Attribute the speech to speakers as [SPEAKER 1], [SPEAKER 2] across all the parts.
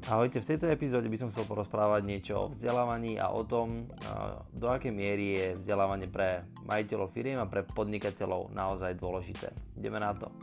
[SPEAKER 1] Ahojte, v tejto epizóde by som chcel porozprávať niečo o vzdelávaní a o tom, do akej miery je vzdelávanie pre majiteľov firiem a pre podnikateľov naozaj dôležité. Ideme na to.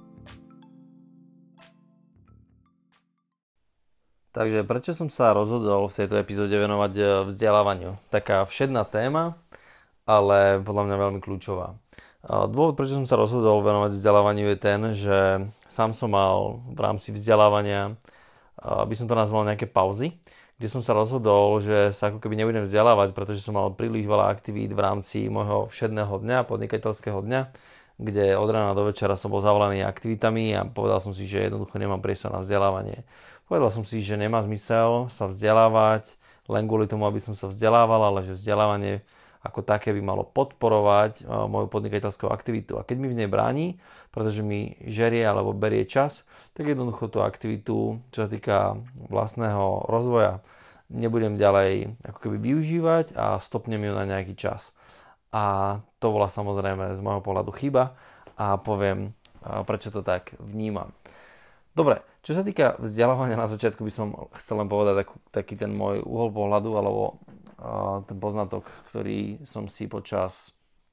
[SPEAKER 1] Takže prečo som sa rozhodol v tejto epizóde venovať vzdelávaniu? Taká všedná téma, ale podľa mňa veľmi kľúčová. Dôvod, prečo som sa rozhodol venovať vzdelávaniu je ten, že sám som mal v rámci vzdelávania, by som to nazval, nejaké pauzy, kde som sa rozhodol, že sa ako keby nebudem vzdelávať, pretože som mal príliš veľa aktivít v rámci môjho všedného dňa, podnikateľského dňa, kde od rána do večera som bol zavolaný aktivitami a povedal som si, že jednoducho nemám priestor na vzdelávanie. Povedal som si, že nemá zmysel sa vzdelávať len kvôli tomu, aby som sa vzdelával, ale že vzdelávanie ako také by malo podporovať moju podnikateľskú aktivitu. A keď mi v nej bráni, pretože mi žerie alebo berie čas, tak jednoducho tú aktivitu, čo sa týka vlastného rozvoja, nebudem ďalej ako keby využívať a stopnem ju na nejaký čas. A to bola samozrejme z môjho pohľadu chyba a poviem, prečo to tak vnímam. Dobre, čo sa týka vzdelávania, na začiatku by som chcel len povedať taký ten môj uhol pohľadu alebo ten poznatok, ktorý som si počas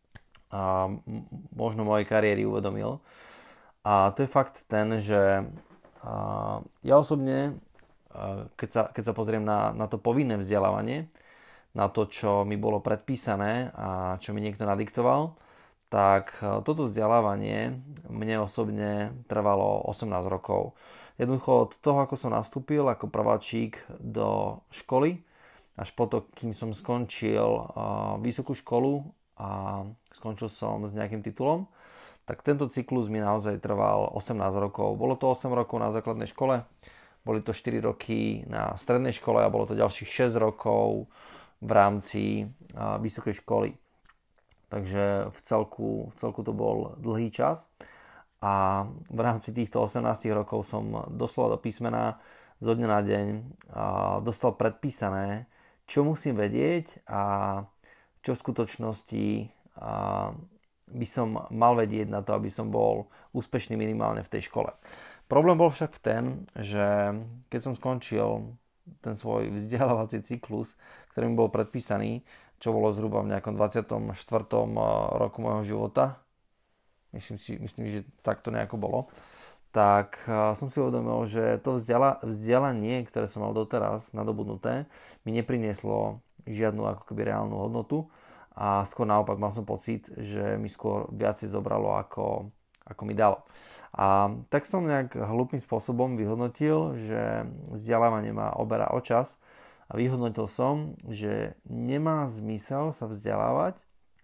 [SPEAKER 1] možno mojej kariéry uvedomil. A to je fakt ten, že ja osobne, keď sa pozriem na to povinné vzdelávanie, na to, čo mi bolo predpísané a čo mi niekto nadiktoval, tak toto vzdelávanie mne osobne trvalo 18 rokov. Jednoducho od toho, ako som nastúpil ako prváčik do školy, až po to, kým som skončil vysokú školu a skončil som s nejakým titulom, tak tento cyklus mi naozaj trval 18 rokov. Bolo to 8 rokov na základnej škole, boli to 4 roky na strednej škole a bolo to ďalších 6 rokov v rámci vysokej školy. Takže v celku to bol dlhý čas a v rámci týchto 18 rokov som doslova do písmena zo dňa na deň dostal predpísané, čo musím vedieť a čo v skutočnosti by som mal vedieť na to, aby som bol úspešný minimálne v tej škole. Problém bol však v ten, že keď som skončil ten svoj vzdelávací cyklus, ktorý mi bol predpísaný, čo bolo zhruba v nejakom 24. roku môjho života, myslím, že tak to nejako bolo, tak som si uvedomil, že to vzdelanie, ktoré som mal doteraz nadobudnuté, mi neprinieslo žiadnu ako keby reálnu hodnotu a skôr naopak mal som pocit, že mi skôr viacej zobralo ako mi dalo. A tak som nejak hlúpym spôsobom vyhodnotil, že vzdelávanie ma oberá o čas a vyhodnotil som, že nemá zmysel sa vzdelávať,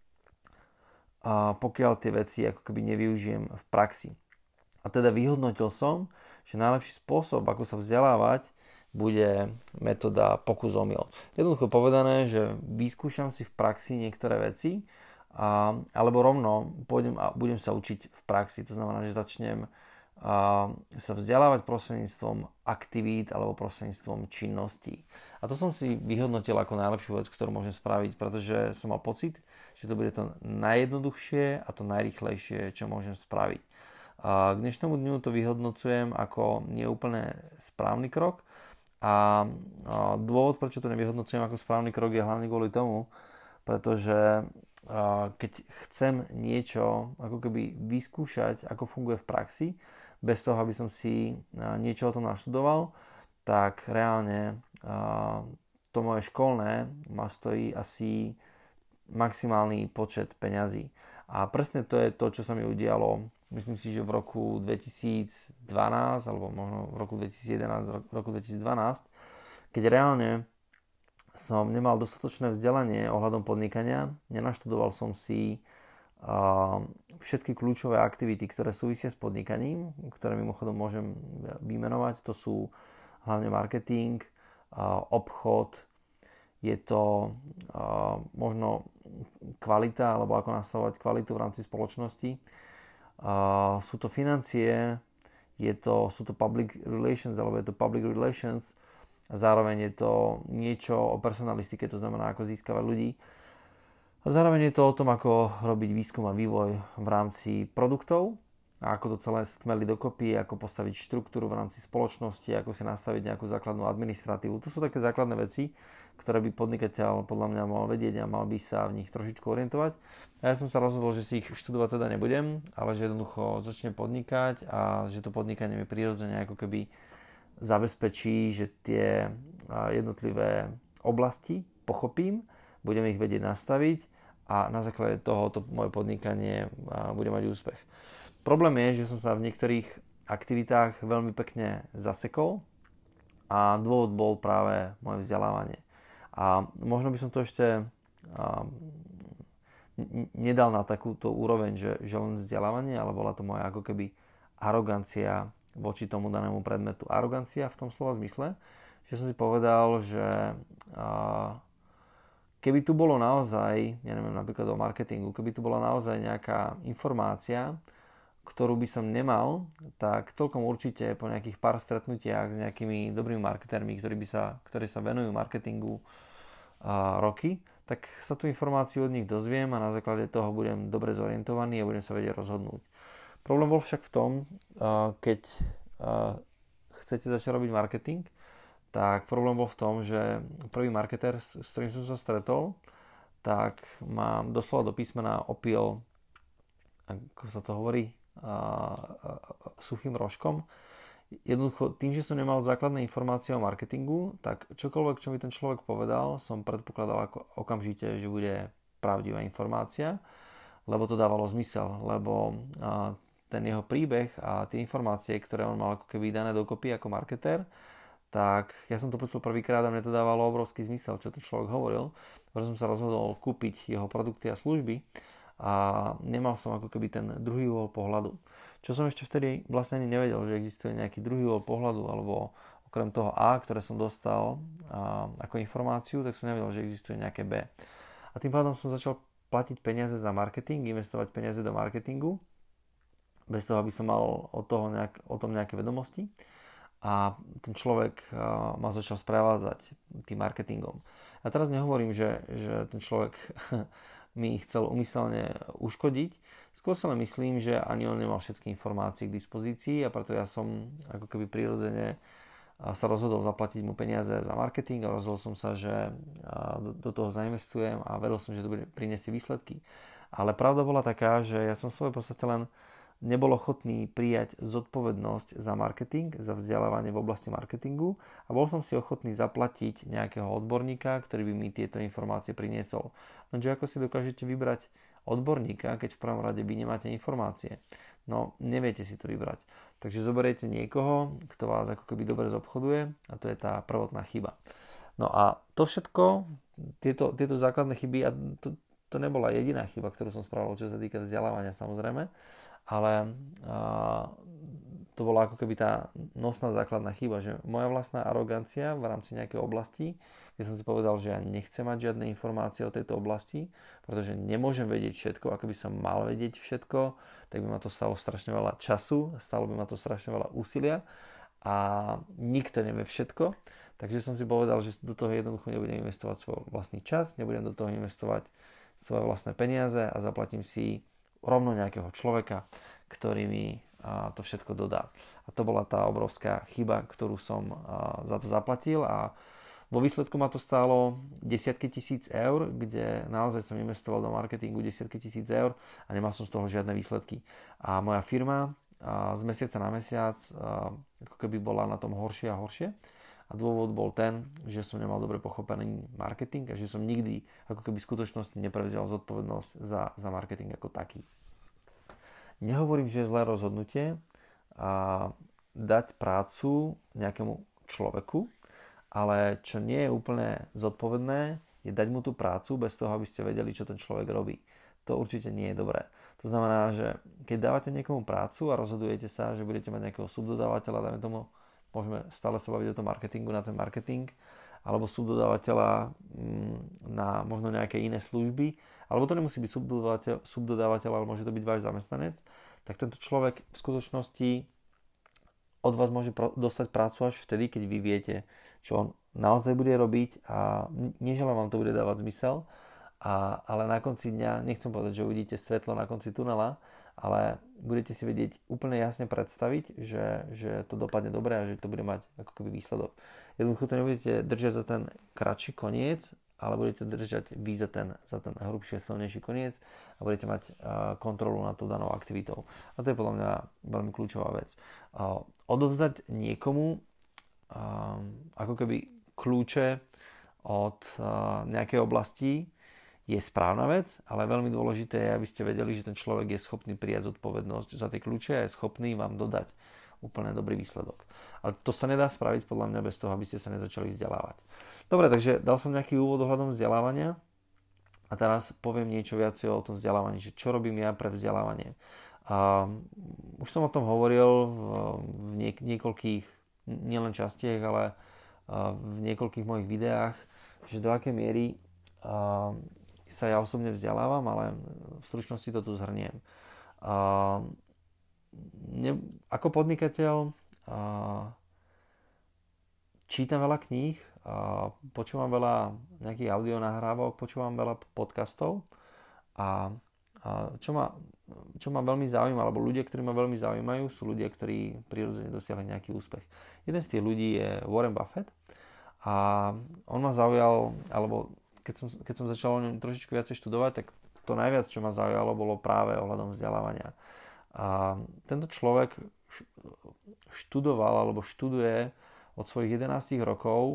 [SPEAKER 1] pokiaľ tie veci ako keby nevyužijem v praxi. A teda vyhodnotil som, že najlepší spôsob, ako sa vzdelávať, bude metóda pokus omyl. Jednoducho povedané, že vyskúšam si v praxi niektoré veci, alebo rovno pôjdem a budem sa učiť v praxi. To znamená, že začnem sa vzdelávať prostredníctvom aktivít alebo prostredníctvom činností. A to som si vyhodnotil ako najlepšiu vec, ktorú môžem spraviť, pretože som mal pocit, že to bude to najjednoduchšie a to najrýchlejšie, čo môžem spraviť. K dnešnému dňu to vyhodnocujem ako neúplne správny krok a dôvod, prečo to nevyhodnocujem ako správny krok, je hlavne kvôli tomu, pretože keď chcem niečo ako keby vyskúšať, ako funguje v praxi, bez toho, aby som si niečo o tom naštudoval, tak reálne to moje školné ma stojí asi maximálny počet peňazí. A presne to je to, čo sa mi udialo, myslím si, že v roku 2012 alebo možno v roku 2011, v roku 2012, keď reálne som nemal dostatočné vzdelanie ohľadom podnikania, nenaštudoval som si všetky kľúčové aktivity, ktoré súvisia s podnikaním, ktoré mimochodom môžem vymenovať. To sú hlavne marketing, obchod, je to možno kvalita, alebo ako nastavovať kvalitu v rámci spoločnosti. Sú to financie, sú to public relations, alebo je to public relations, a zároveň je to niečo o personalistike, to znamená ako získavať ľudí. A zároveň je to o tom, ako robiť výskum a vývoj v rámci produktov a ako to celé stmeli dokopy, ako postaviť štruktúru v rámci spoločnosti, ako si nastaviť nejakú základnú administratívu. To sú také základné veci, ktoré by podnikateľ podľa mňa mal vedieť a mal by sa v nich trošičku orientovať. A ja som sa rozhodol, že si ich študovať teda nebudem, ale že jednoducho začnem podnikať a že to podnikanie mi prirodzene ako keby zabezpečí, že tie jednotlivé oblasti pochopím, budem ich vedieť nastaviť a na základe toho to moje podnikanie bude mať úspech. Problém je, že som sa v niektorých aktivitách veľmi pekne zasekol a dôvod bol práve moje vzdelávanie. A možno by som to ešte nedal na takúto úroveň, že len vzdelávanie, ale bola to moja ako keby arogancia voči tomu danému predmetu. Arogancia v tom slova zmysle, že som si povedal, že keby tu bolo naozaj, ja neviem, napríklad o marketingu, keby tu bola naozaj nejaká informácia, ktorú by som nemal, tak celkom určite po nejakých pár stretnutiach s nejakými dobrými marketermi, ktorí sa venujú marketingu roky, tak sa tú informáciu od nich dozviem a na základe toho budem dobre zorientovaný a budem sa vedieť rozhodnúť. Problém bol však v tom, keď chcete začať robiť marketing, tak problém bol v tom, že prvý marketer, s ktorým som sa stretol, tak ma doslova do písmena opil, ako sa to hovorí, suchým rožkom. Jednoducho, tým, že som nemal základné informácie o marketingu, tak čokoľvek, čo mi ten človek povedal, som predpokladal ako okamžite, že bude pravdivá informácia, lebo to dávalo zmysel, lebo ten jeho príbeh a tie informácie, ktoré on mal ako keby dané dokopy ako marketér, tak ja som to počul prvýkrát a mne to dávalo obrovský zmysel, čo to človek hovoril, pretože som sa rozhodol kúpiť jeho produkty a služby a nemal som ako keby ten druhý uhol pohľadu. Čo som ešte vtedy vlastne ani nevedel, že existuje nejaký druhý uhol pohľadu, alebo okrem toho A, ktoré som dostal ako informáciu, tak som nevedel, že existuje nejaké B. A tým pádom som začal platiť peniaze za marketing, investovať peniaze do marketingu, bez toho, aby som mal o tom nejaké vedomosti. A ten človek ma začal sprevádzať tým marketingom. A teraz nehovorím, že ten človek mi chcel úmyselne uškodiť. Skôr sa len myslím, že ani on nemal všetky informácie k dispozícii a preto ja som ako keby prirodzene sa rozhodol zaplatiť mu peniaze za marketing a rozhodol som sa, že do toho zainvestujem a vedel som, že to priniesie výsledky. Ale pravda bola taká, že ja som v svojej podstate len nebol ochotný prijať zodpovednosť za marketing, za vzdelávanie v oblasti marketingu a bol som si ochotný zaplatiť nejakého odborníka, ktorý by mi tieto informácie priniesol. Lenže ako si dokážete vybrať odborníka, keď v prvom rade vy nemáte informácie? No, neviete si to vybrať. Takže zoberiete niekoho, kto vás ako keby dobre zobchoduje a to je tá prvotná chyba. No a to všetko, tieto základné chyby, a to nebola jediná chyba, ktorú som spravil, čo sa týka vzdelávania samozrejme, ale to bola ako keby tá nosná základná chyba, že moja vlastná arogancia v rámci nejakej oblasti, kde som si povedal, že ja nechcem mať žiadne informácie o tejto oblasti, pretože nemôžem vedieť všetko, ako by som mal vedieť všetko, tak by ma to stalo strašne veľa času, stalo by ma to strašne veľa úsilia a nikto nevie všetko, takže som si povedal, že do toho jednoducho nebudem investovať svoj vlastný čas, nebudem do toho investovať svoje vlastné peniaze a zaplatím si rovno nejakého človeka, ktorý mi to všetko dodá. A to bola tá obrovská chyba, ktorú som za to zaplatil a vo výsledku ma to stálo desiatky tisíc eur, kde naozaj som investoval do marketingu desiatky tisíc eur a nemal som z toho žiadne výsledky. A moja firma z mesiaca na mesiac ako keby bola na tom horšie a horšie. A dôvod bol ten, že som nemal dobre pochopený marketing a že som nikdy ako keby v skutočnosti neprevzal zodpovednosť za marketing ako taký. Nehovorím, že je zlé rozhodnutie dať prácu nejakému človeku, ale čo nie je úplne zodpovedné, je dať mu tú prácu bez toho, aby ste vedeli, čo ten človek robí. To určite nie je dobré. To znamená, že keď dávate niekomu prácu a rozhodujete sa, že budete mať nejakého subdodávateľa, dajme tomu, môžeme stále sa baviť o tom marketingu na ten marketing, alebo subdodávateľa na možno nejaké iné služby, alebo to nemusí byť subdodávateľ, ale môže to byť váš zamestnanec, tak tento človek v skutočnosti od vás môže dostať prácu až vtedy, keď vy viete, čo on naozaj bude robiť a neželám vám to bude dávať zmysel, ale na konci dňa nechcem povedať, že uvidíte svetlo na konci tunela, ale budete si vedieť úplne jasne predstaviť, že to dopadne dobre a že to bude mať ako keby výsledok. Jednoducho to nebudete držať za ten kratší koniec, ale budete držať vy za ten hrubšie, silnejší koniec a budete mať kontrolu nad tou danou aktivitou. A to je podľa mňa veľmi kľúčová vec. Odovzdať niekomu ako keby kľúče od nejakej oblasti je správna vec, ale veľmi dôležité je, aby ste vedeli, že ten človek je schopný prijať zodpovednosť za tie kľúče a je schopný vám dodať úplne dobrý výsledok. Ale to sa nedá spraviť podľa mňa bez toho, aby ste sa nezačali vzdelávať. Dobre, takže dal som nejaký úvod ohľadom vzdelávania a teraz poviem niečo viacej o tom vzdelávaní, že čo robím ja pre vzdelávanie. Už som o tom hovoril v niekoľkých, nielen častiach, ale v niekoľkých mojich videách, že do akej miery sa ja osobne vzdelávam, ale v stručnosti to tu zhrniem. Ako podnikateľ čítam veľa kníh, počúvam veľa nejakých audio nahrávok, počúvam veľa podcastov a čo ma veľmi zaujíma, alebo ľudia, ktorí ma veľmi zaujímajú, sú ľudia, ktorí prirodzene dosiahli nejaký úspech. Jeden z tých ľudí je Warren Buffett a on ma zaujal, alebo keď som začal o ňom trošičku viacej študovať, tak to najviac, čo ma zaujalo, bolo práve ohľadom vzdelávania. A tento človek študoval alebo študuje od svojich 11 rokov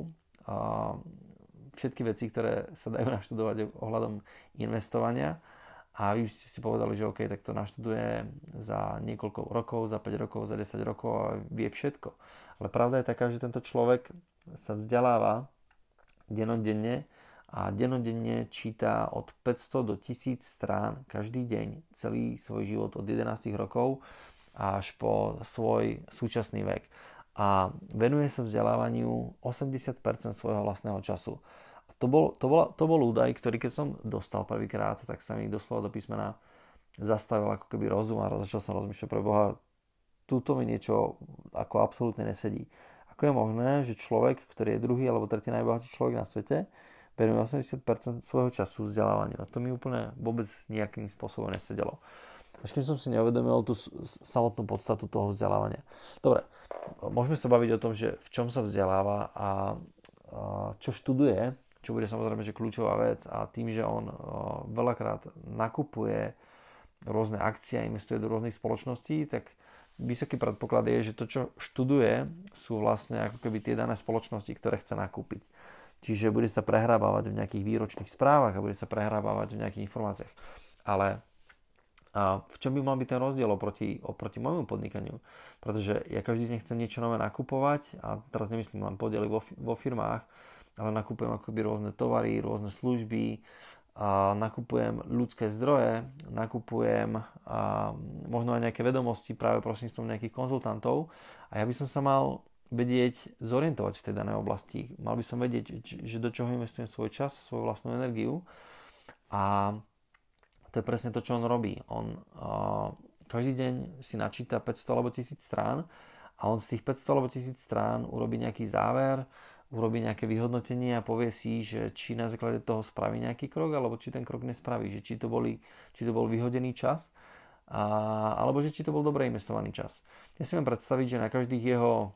[SPEAKER 1] všetky veci, ktoré sa dajú naštudovať ohľadom investovania. A vy ste si povedali, že OK, tak to naštuduje za niekoľko rokov, za 5 rokov, za 10 rokov a vie všetko. Ale pravda je taká, že tento človek sa vzdeláva denodenne a denodenne číta od 500 do 1000 strán každý deň, celý svoj život od 11 rokov až po svoj súčasný vek. A venuje sa vzdelávaniu 80% svojho vlastného času. To bol údaj, ktorý keď som dostal prvýkrát, tak sa mi doslova do písmena zastavil ako keby rozum a začal som rozmýšľať, pre Boha, túto mi niečo ako absolútne nesedí. Ako je možné, že človek, ktorý je druhý alebo tretí najbohatší človek na svete, venuje 80% svojho času vzdelávaniu. A to mi úplne vôbec nejakým spôsobom nesedelo. Až kým som si neuvedomil tú samotnú podstatu toho vzdelávania. Dobre, môžeme sa baviť o tom, že v čom sa vzdeláva a čo študuje, čo bude samozrejme že kľúčová vec, a tým, že on veľakrát nakupuje rôzne akcie a investuje do rôznych spoločností, tak vysoký predpoklad je, že to, čo študuje, sú vlastne ako keby tie dané spoločnosti, ktoré chce nakúpiť. Čiže bude sa prehrabávať v nejakých výročných správach a bude sa prehrabávať v nejakých informáciách. Ale v čom by mal byť ten rozdiel oproti môjmu podnikaniu? Pretože ja každý deň chcem niečo nové nakupovať a teraz nemyslím len podiely vo firmách, ale nakupujem akoby rôzne tovary, rôzne služby, a nakupujem ľudské zdroje, nakupujem možno aj nejaké vedomosti práve prostredníctvom nejakých konzultantov a ja by som sa mal vedieť zorientovať v tej danej oblasti. Mal by som vedieť, že do čoho investujem svoj čas, svoju vlastnú energiu a to je presne to, čo on robí. On každý deň si načíta 500 alebo 1000 strán a on z tých 500 alebo 1000 strán urobí nejaký záver, urobí nejaké vyhodnotenie a povie si, že či na základe toho spraví nejaký krok, alebo či ten krok nespraví, že či to bol vyhodený čas, alebo že či to bol dobre investovaný čas. Ja si viem predstaviť, že na každých jeho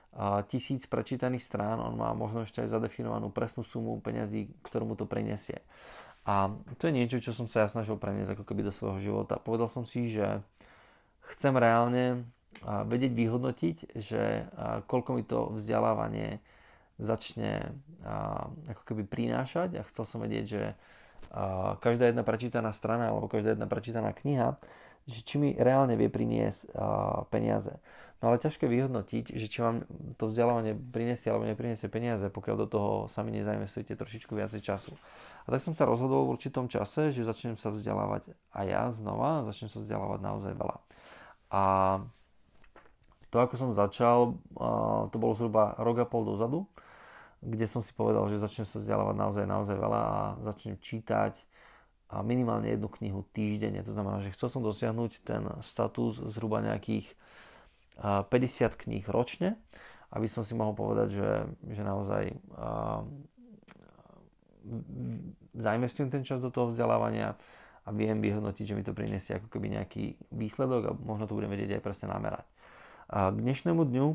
[SPEAKER 1] 1000 prečítaných strán on má možno ešte aj zadefinovanú presnú sumu peňazí, ktorú mu to prinesie. A to je niečo, čo som sa ja snažil preniesť ako keby do svojho života. Povedal som si, že chcem reálne vedieť vyhodnotiť, že koľko mi to vzdelávanie začne ako keby prinášať, a chcel som vedieť, že každá jedna prečítaná strana alebo každá jedna prečítaná kniha, že či mi reálne vie priniesť peniaze. No ale ťažké vyhodnotiť, že či vám to vzdelávanie prinesie alebo neprinesie peniaze, pokiaľ do toho sami nezainvestujete trošičku viacej času. A tak som sa rozhodol v určitom čase, že začnem sa vzdelávať aj ja znova, začnem sa vzdelávať naozaj veľa. A to, ako som začal, to bolo zhruba rok a pol dozadu, kde som si povedal, že začnem sa vzdelávať naozaj veľa a začnem čítať a minimálne jednu knihu týždenne. To znamená, že chcel som dosiahnuť ten status zhruba nejakých 50 kníh ročne, aby som si mohol povedať, že naozaj zainvestujem ten čas do toho vzdelávania a a viem vyhodnotiť, že mi to prinesie ako keby nejaký výsledok a možno to budem vedieť aj presne namerať. A k dnešnému dňu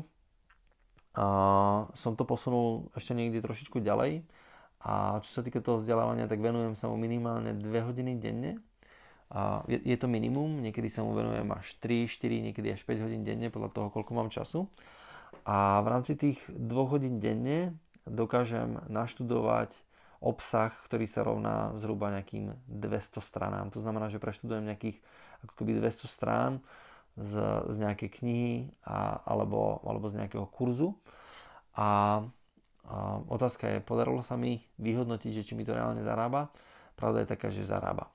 [SPEAKER 1] som to posunul ešte niekde trošičku ďalej a čo sa týka toho vzdelávania, tak venujem sa mu minimálne 2 hodiny denne. Je to minimum, niekedy sa mu venujem až 3, 4, niekedy až 5 hodín denne podľa toho, koľko mám času. A v rámci tých 2 hodín denne dokážem naštudovať obsah, ktorý sa rovná zhruba nejakým 200 stranám. To znamená, že preštudujem nejakých ako keby 200 strán z nejakej knihy alebo z nejakého kurzu. A otázka je, podarilo sa mi vyhodnotiť, že či mi to reálne zarába. Pravda je taká, že zarába.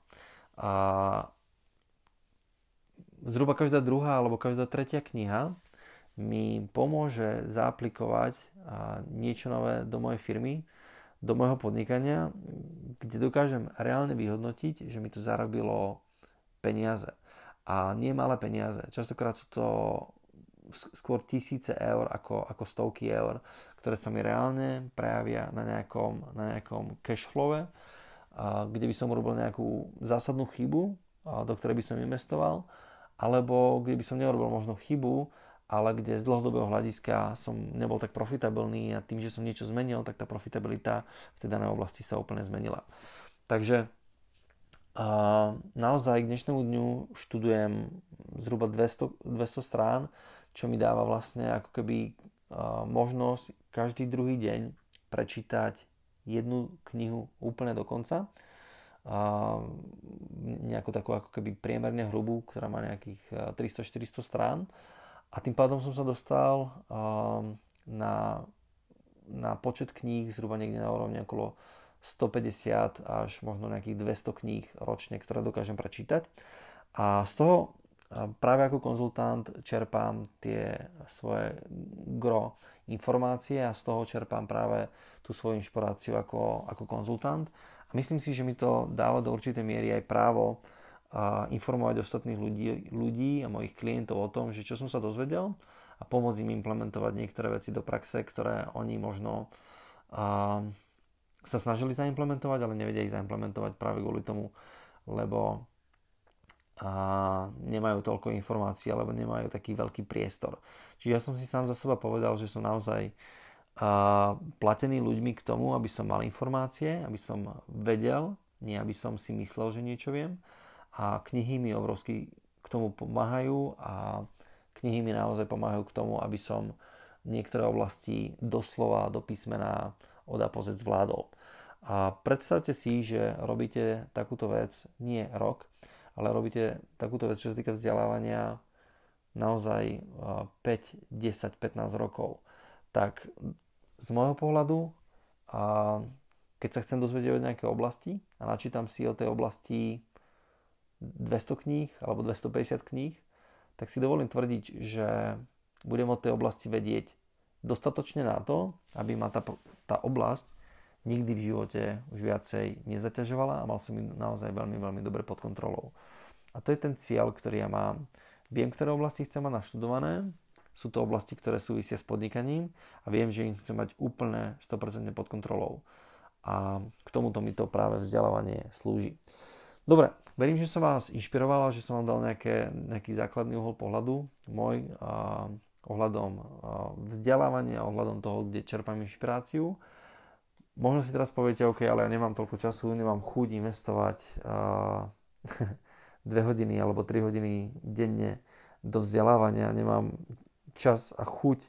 [SPEAKER 1] Zhruba každá druhá alebo každá tretia kniha mi pomôže zaaplikovať niečo nové do mojej firmy, do môjho podnikania, kde dokážem reálne vyhodnotiť, že mi to zarobilo peniaze. A nie malé peniaze. Častokrát sú to skôr tisíce eur ako stovky eur, ktoré sa mi reálne prejavia na nejakom cashflowe, kde by som urobil nejakú zásadnú chybu, do ktorej by som investoval, alebo kde by som neurobil možno chybu, ale kde z dlhodobého hľadiska som nebol tak profitabilný a tým, že som niečo zmenil, tak tá profitabilita v tej danej oblasti sa úplne zmenila. Takže naozaj k dnešnému dňu študujem zhruba 200 strán, čo mi dáva vlastne ako keby možnosť každý druhý deň prečítať jednu knihu úplne do konca. Nejakú takú ako keby priemerne hrubú, ktorá má nejakých 300-400 strán. A tým pádom som sa dostal na počet kníh zhruba niekde na úrovni okolo 150 až možno nejakých 200 kníh ročne, ktoré dokážem prečítať. A z toho práve ako konzultant čerpám tie svoje gro informácie a z toho čerpám práve tú svoju inšpiráciu ako konzultant. A myslím si, že mi to dáva do určitej miery aj právo informovať ostatných ľudí a mojich klientov o tom, že čo som sa dozvedel a pomôcť im implementovať niektoré veci do praxe, ktoré oni možno sa snažili zaimplementovať, ale nevedia ich zaimplementovať práve kvôli tomu, lebo nemajú toľko informácií alebo nemajú taký veľký priestor. Čiže ja som si sám za seba povedal, že som naozaj platený ľuďmi k tomu, aby som mal informácie, aby som vedel, nie aby som si myslel, že niečo viem. A knihy mi obrovsky k tomu pomáhajú a knihy mi naozaj pomáhajú k tomu, aby som niektoré oblasti doslova do písmena od A po Z zvládol. A predstavte si, že robíte takúto vec nie rok, ale robíte takúto vec, čo sa týka vzdelávania naozaj 5, 10, 15 rokov. Tak z môjho pohľadu, keď sa chcem dozvedieť o nejakej oblasti a načítam si o tej oblasti 200 kníh alebo 250 kníh, tak si dovolím tvrdiť, že budem od tej oblasti vedieť dostatočne na to, aby ma tá oblasť nikdy v živote už viacej nezaťažovala a mal som ju naozaj veľmi, veľmi dobre pod kontrolou. A to je ten cieľ, ktorý ja mám. Viem, ktoré oblasti chcem mať naštudované, sú to oblasti, ktoré súvisia s podnikaním a viem, že ich chcem mať úplne 100% pod kontrolou. A k tomuto mi to práve vzdelávanie slúži. Dobre, verím, že som vás inšpiroval, že som vám dal nejaký základný uhol pohľadu môj ohľadom vzdelávania, ohľadom toho, kde čerpám inšpiráciu. Možno si teraz poviete, OK, ale ja nemám toľko času, nemám chuť investovať 2 hodiny alebo 3 hodiny denne do vzdelávania, nemám čas a chuť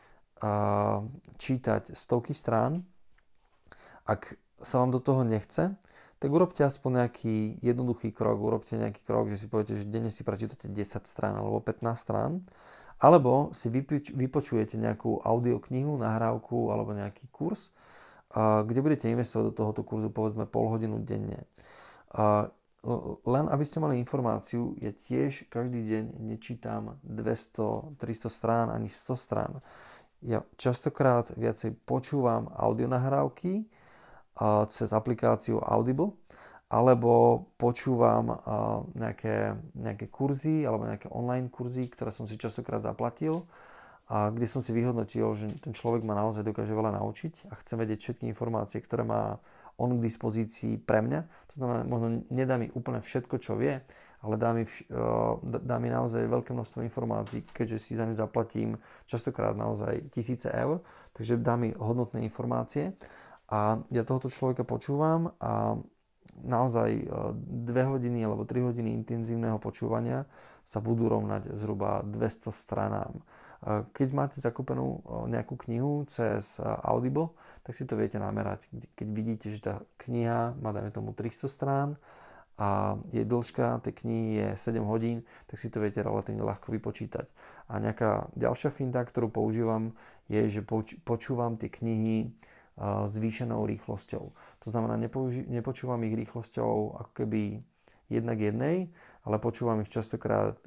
[SPEAKER 1] čítať stovky strán. Ak sa vám do toho nechce, tak urobte aspoň nejaký jednoduchý krok, urobte nejaký krok, že si poviete, že denne si prečítate 10 strán alebo 15 strán, alebo si vypočujete nejakú audioknihu, nahrávku alebo nejaký kurz, kde budete investovať do tohoto kurzu povedzme pol hodinu denne. Len aby ste mali informáciu, ja tiež každý deň nečítam 200, 300 strán ani 100 strán. Ja častokrát viacej počúvam audionahrávky cez aplikáciu Audible, alebo počúvam nejaké kurzy alebo nejaké online kurzy, ktoré som si častokrát zaplatil a kde som si vyhodnotil, že ten človek ma naozaj dokáže veľa naučiť a chcem vedieť všetky informácie, ktoré má on k dispozícii pre mňa. To znamená, možno nedá mi úplne všetko, čo vie, ale dá mi naozaj veľké množstvo informácií, keďže si za ne zaplatím častokrát naozaj tisíce eur, takže dá mi hodnotné informácie a ja tohoto človeka počúvam a naozaj 2 hodiny alebo 3 hodiny intenzívneho počúvania sa budú rovnať zhruba 200 stranám. Keď máte zakúpenú nejakú knihu cez Audible, tak si to viete namerať. Keď vidíte, že tá kniha má, dajme tomu, 300 strán a jej dĺžka tej knihy je 7 hodín, tak si to viete relatívne ľahko vypočítať. A nejaká ďalšia finta, ktorú používam, je, že počúvam tie knihy zvýšenou rýchlosťou. To znamená, nepočúvam ich rýchlosťou ako keby 1:1, ale počúvam ich častokrát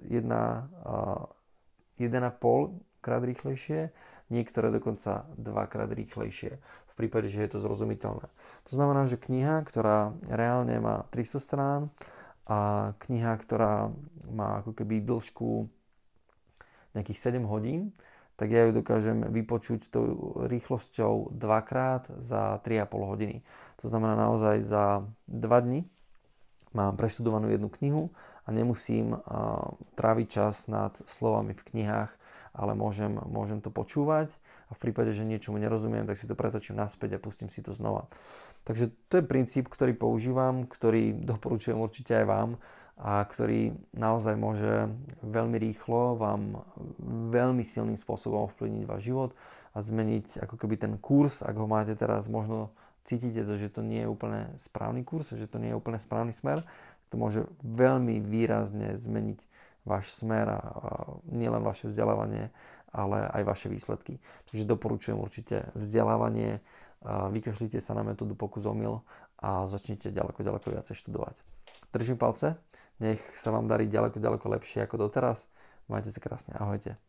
[SPEAKER 1] 1,5 krát rýchlejšie, niektoré dokonca 2-krát rýchlejšie, v prípade, že je to zrozumiteľné. To znamená, že kniha, ktorá reálne má 300 strán a kniha, ktorá má ako keby dĺžku nejakých 7 hodín, tak ja ju dokážem vypočuť tou rýchlosťou 2-krát za 3,5 hodiny. To znamená, naozaj za 2 dni mám preštudovanú jednu knihu a nemusím tráviť čas nad slovami v knihách, ale môžem to počúvať a v prípade, že niečomu nerozumiem, tak si to pretočím naspäť a pustím si to znova. Takže to je princíp, ktorý používam, ktorý doporučujem určite aj vám a ktorý naozaj môže veľmi rýchlo vám veľmi silným spôsobom ovplyvniť váš život a zmeniť ako keby ten kurz, ak ho máte teraz, možno cítite to, že to nie je úplne správny kurz, že to nie je úplne správny smer, to môže veľmi výrazne zmeniť váš smer a nielen vaše vzdelávanie, ale aj vaše výsledky. Takže doporučujem určite vzdelávanie, vykašlite sa na metódu pokus omyl a začnite ďaleko viacej študovať. Držím palce, nech sa vám darí ďaleko lepšie ako doteraz. Majte sa krásne, ahojte.